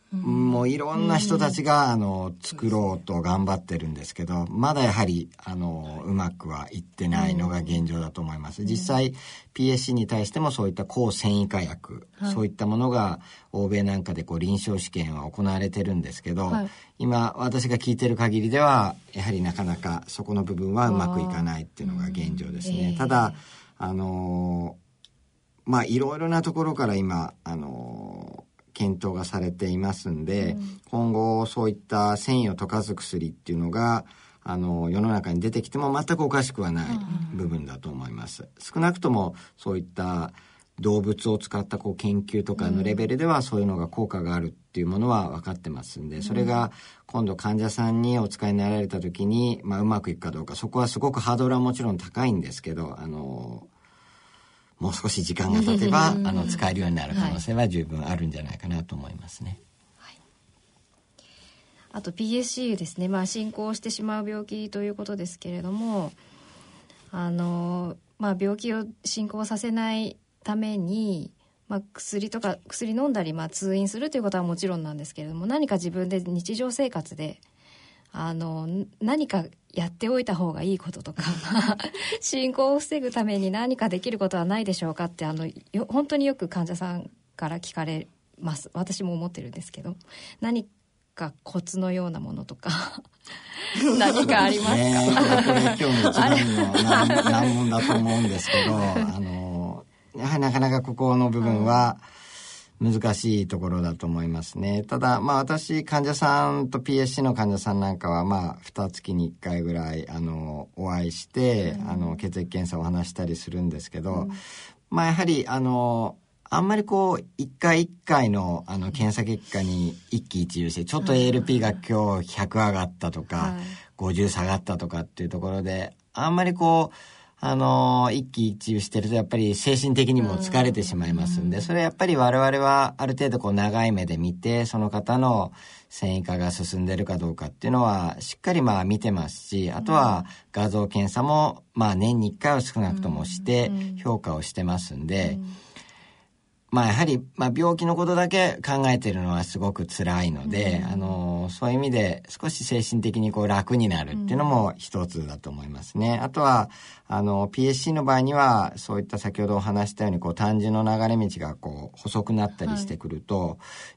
もういろんな人たちがあの作ろうと頑張ってるんですけど、まだやはりあのうまくはいってないのが現状だと思います。実際 ピーエスシー に対してもそういった抗繊維化薬、はい、そういったものが欧米なんかでこう臨床試験は行われてるんですけど、はい、今私が聞いてる限りではやはりなかなかそこの部分はうまくいかないっていうのが現状ですね。ただあのまあいろいろなところから今あの検討がされていますんで、うん、今後そういった繊維を溶かす薬っていうのがあの世の中に出てきても全くおかしくはない部分だと思います。少なくともそういった動物を使ったこう研究とかのレベルではそういうのが効果があるっていうものは分かってますんで、それが今度患者さんにお使いになられた時に、まあ、うまくいくかどうか、そこはすごくハードルはもちろん高いんですけど、あのもう少し時間が経てばあの使えるようになる可能性は十分あるんじゃないかなと思いますね。 はい、あと ピーエスシー ですね、まあ、進行してしまう病気ということですけれども、あの、まあ、病気を進行させないために、まあ、薬とか薬飲んだり、まあ、通院するということはもちろんなんですけれども、何か自分で日常生活であの何かやっておいた方がいいこととか進行を防ぐために何かできることはないでしょうかってあのよ本当によく患者さんから聞かれます。私も思ってるんですけど、何かコツのようなものとか何かありますか？ ね、これ今日の一番の難問だと思うんですけどあのやはりなかなかここの部分は難しいところだと思いますね。ただまあ私患者さんと ピーエスシー の患者さんなんかはまあにかげつにいっかいぐらいあのお会いして、うん、あの血液検査を話したりするんですけど、うん、まあやはりあのあんまりこう一回一回のあの検査結果に一喜一憂してちょっと エーエルピー が今日ひゃく上がったとか、はい、ごじゅう下がったとかっていうところであんまりこうあの一喜一憂してるとやっぱり精神的にも疲れてしまいますんで、それやっぱり我々はある程度こう長い目で見てその方の繊維化が進んでるかどうかっていうのはしっかりまあ見てますし、あとは画像検査もまあ年にいっかいは少なくともして評価をしてますんで、まあやはり、まあ、病気のことだけ考えてるのはすごく辛いので、うん、あのそういう意味で少し精神的にこう楽になるっていうのも一つだと思いますね。あとはあの ピーエスシー の場合にはそういった先ほどお話したようにこう胆汁の流れ道がこう細くなったりしてくると、はい、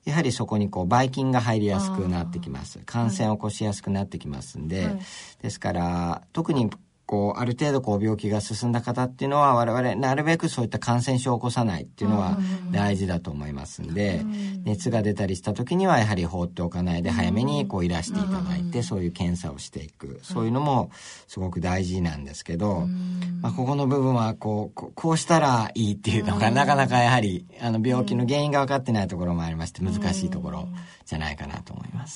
やはりそこにこうばい菌が入りやすくなってきます。感染を起こしやすくなってきますんで、はい、ですから特にこうある程度こう病気が進んだ方っていうのは我々なるべくそういった感染症を起こさないっていうのは大事だと思いますんで、熱が出たりした時にはやはり放っておかないで早めにこういらしていただいてそういう検査をしていく、そういうのもすごく大事なんですけど、まあ、ここの部分はこうこうしたらいいっていうのがなかなかやはりあの病気の原因が分かってないところもありまして難しいところじゃないかなと思います。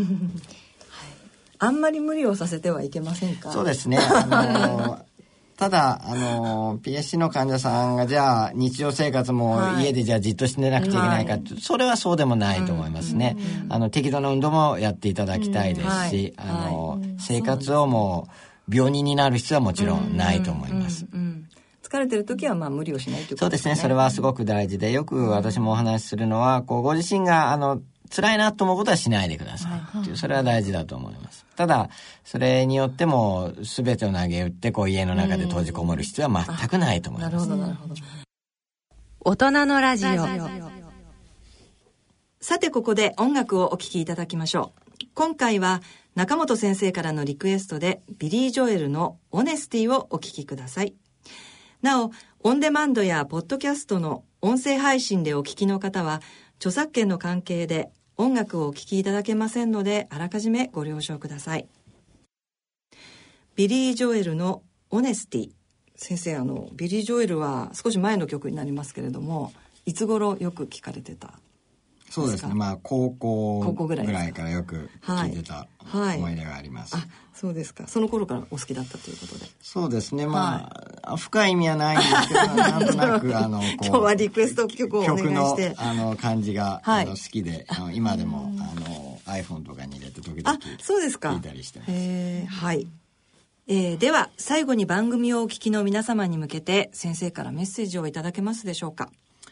あんまり無理をさせてはいけませんか？ そうですね。あのただあの ピーエスシー の患者さんがじゃあ日常生活も家でじゃあじっとして寝なくちゃいけないかって、はい、それはそうでもないと思いますね。うん、あの適度な運動もやっていただきたいですし、うんはい、あの、はい、生活をもう病人になる必要はもちろんないと思います。 うんうんうん、疲れてる時はまあ無理をしないということですね。 そうですね。それはすごく大事で、よく私もお話しするのはこうご自身があの辛いなと思うことはしないでくださいっていう、それは大事だと思います。ただそれによっても全てを投げ打ってこう家の中で閉じこもる必要は全くないと思います。 なるほどなるほど。 大人のラジオ。 さてここで音楽をお聴きいただきましょう。今回は中本先生からのリクエストでビリー・ジョエルのオネスティをお聴きください。なおオンデマンドやポッドキャストの音声配信でお聴きの方は著作権の関係で音楽をお聴きいただけませんのであらかじめご了承ください。ビリー・ジョエルのオネスティ。先生、あのビリー・ジョエルは少し前の曲になりますけれども、いつ頃よく聴かれてた？ そうですね、まあ高校ぐらいからよく聴いてた思い出があります。 はいはい、あ、そうですか。その頃からお好きだったということで。 そうですね、まあ、はい、深い意味はないんですけどなんとなくあのこう今日はリクエスト曲をお願いして、 曲のあの感じが、はい、あの好きで、あの今でもあの iPhone とかに入れて時々聴いたりしてます。 へー、はい。えー、では最後に番組をお聞きの皆様に向けて先生からメッセージをいただけますでしょうか？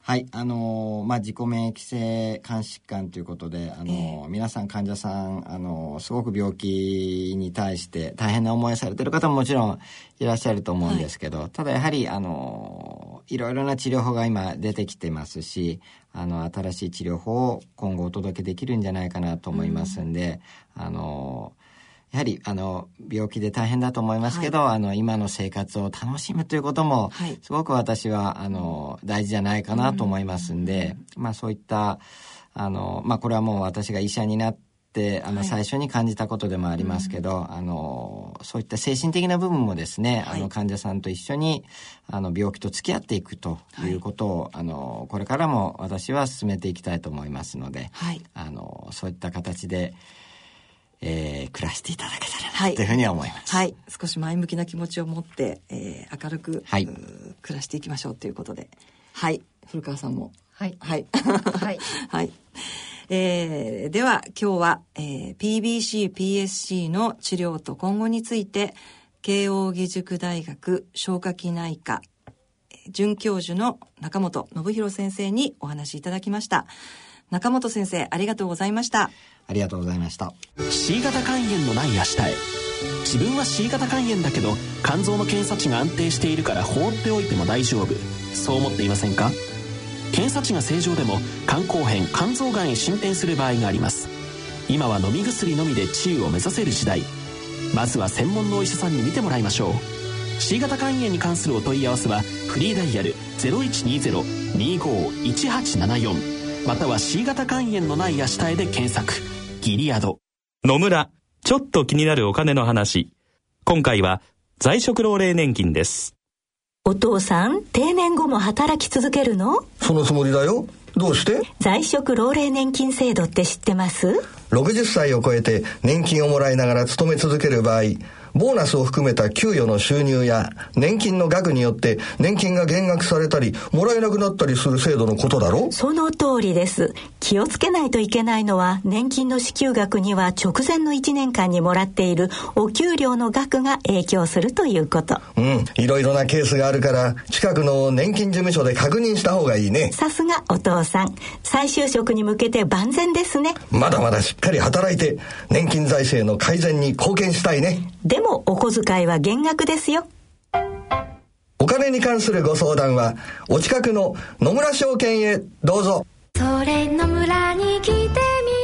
はい、あのー、まあ、自己免疫性肝疾患ということで、あのーえー、皆さん患者さん、あのー、すごく病気に対して大変な思いをされている方ももちろんいらっしゃると思うんですけど、はい、ただやはり、あのー、いろいろな治療法が今出てきてますし、あの、新しい治療法を今後お届けできるんじゃないかなと思いますんで、うん、あのー、やはりあの病気で大変だと思いますけど、はい、あの今の生活を楽しむということも、はい、すごく私はあの大事じゃないかなと思いますんで、うん、まあそういったあの、まあ、これはもう私が医者になってあの最初に感じたことでもありますけど、はい、あのそういった精神的な部分もですね、はい、あの患者さんと一緒にあの病気と付き合っていくということを、はい、あのこれからも私は進めていきたいと思いますので、はい、あのそういった形でえー、暮らしていただけたらな、はい、というふうには思います。 はい、少し前向きな気持ちを持って、えー、明るく、はい、暮らしていきましょうということで、はい、古川さんも、 はい、 はい、はい、はい、えー、では今日は、えー、ピービーシー、ピーエスシー の治療と今後について慶應義塾大学消化器内科准教授の中本信弘先生にお話しいただきました。中本先生、ありがとうございました。 ありがとうございました。 シー 型肝炎のない明日へ。自分は シー 型肝炎だけど肝臓の検査値が安定しているから放っておいても大丈夫、そう思っていませんか？検査値が正常でも肝硬変、肝臓がんへ進展する場合があります。今は飲み薬のみで治癒を目指せる時代。まずは専門のお医者さんに診てもらいましょう。 シー 型肝炎に関するお問い合わせはフリーダイヤル ゼロいちにゼロ にーごーいちはちななよん または シー 型肝炎のない明日へで検索。ギリアド。 野村、ちょっと気になるお金の話。今回は在職老齢年金です。 お父さん、定年後も働き続けるの？ そのつもりだよ。どうして？ 在職老齢年金制度って知ってます？ ろくじゅっさいを超えて年金をもらいながら勤め続ける場合、ボーナスを含めた給与の収入や年金の額によって年金が減額されたりもらえなくなったりする制度のことだろう？ その通りです。気をつけないといけないのは、年金の支給額には直前のいちねんかんにもらっているお給料の額が影響するということ。 うん、いろいろなケースがあるから近くの年金事務所で確認した方がいいね。 さすがお父さん、再就職に向けて万全ですね。 まだまだしっかり働いて年金財政の改善に貢献したいね。 でもお小遣いは減額ですよ。 お金に関するご相談はお近くの野村証券へどうぞ。 それ野村に来てみよう。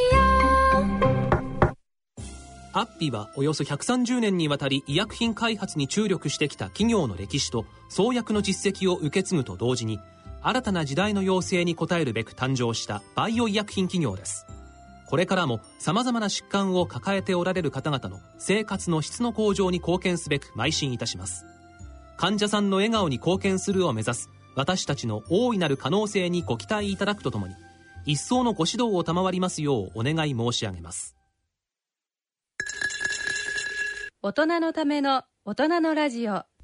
アッピはおよそひゃくさんじゅうねんにわたり医薬品開発に注力してきた企業の歴史と創薬の実績を受け継ぐと同時に、新たな時代の要請に応えるべく誕生したバイオ医薬品企業です。これからも様々な疾患を抱えておられる方々の生活の質の向上に貢献すべく邁進いたします。患者さんの笑顔に貢献するを目指す私たちの大いなる可能性にご期待いただくとともに、一層のご指導を賜りますようお願い申し上げます。 大人のための大人のラジオ。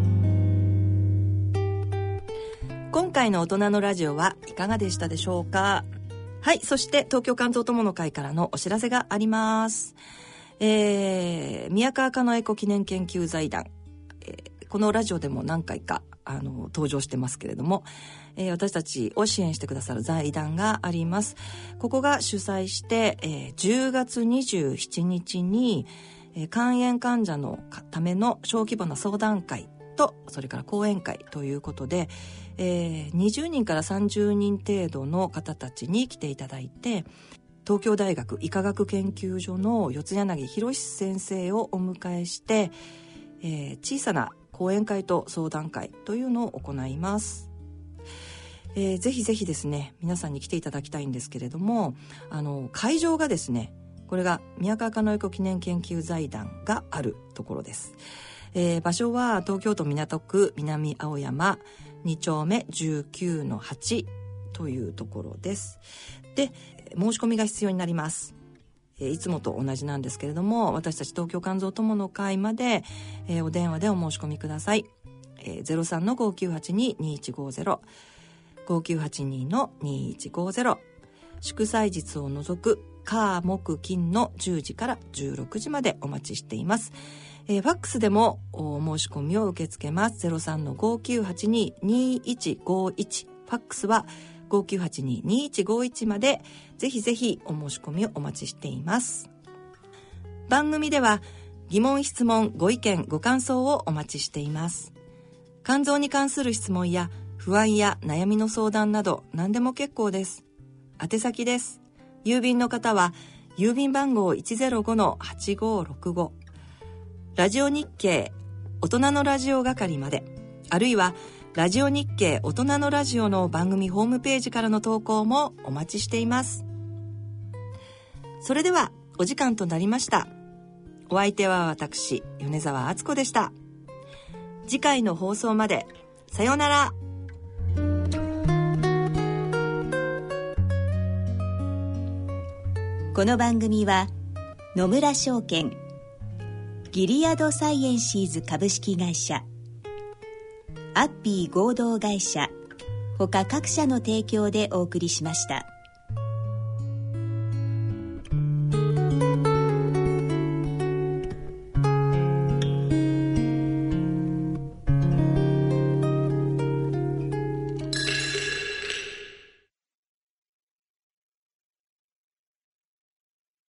今回の大人のラジオはいかがでしたでしょうか？はい、そして東京肝臓友の会からのお知らせがあります。えー、宮川鹿のエコ記念研究財団、えー、このラジオでも何回かあの登場してますけれども、えー、私たちを支援してくださる財団があります。ここが主催して、えー、じゅうがつにじゅうしちにちに、えー、肝炎患者のための小規模な相談会と、それから講演会ということで、えー、にじゅうにんからさんじゅうにん程度の方たちに来ていただいて、東京大学医科学研究所の四柳博先生をお迎えして、えー、小さな講演会と相談会というのを行います。えー、ぜひぜひですね、皆さんに来ていただきたいんですけれども、あの会場がですね、これが宮川鹿のエコ記念研究財団があるところです。えー、場所は東京都港区南青山にちょうめじゅうきゅうのはちというところです。で、申し込みが必要になります。えー、いつもと同じなんですけれども、私たち東京肝臓友の会まで、えー、お電話でお申し込みください。えー、ゼロさんのごきゅうはちににいちごゼロ ごきゅうはちにのにいちごゼロ、祝祭日を除く火木金のじゅうじからじゅうろくじまでお待ちしています。えー、ファックスでもお申し込みを受け付けます。ゼロさんのごきゅうはちににいちごいち、ファックスはごきゅうはちに にいちごいち までぜひぜひお申し込みをお待ちしています。番組では疑問質問ご意見ご感想をお待ちしています。肝臓に関する質問や不安や悩みの相談など何でも結構です。宛先です。郵便の方は郵便番号 いちゼロごのはちごろくご ラジオ日経大人のラジオ係まで、あるいはラジオ日経大人のラジオの番組ホームページからの投稿もお待ちしています。それではお時間となりました。お相手は私米沢敦子でした。次回の放送までさようなら。 この番組は野村証券、ギリアドサイエンシーズ株式会社、アッピー合同会社他各社の提供でお送りしました。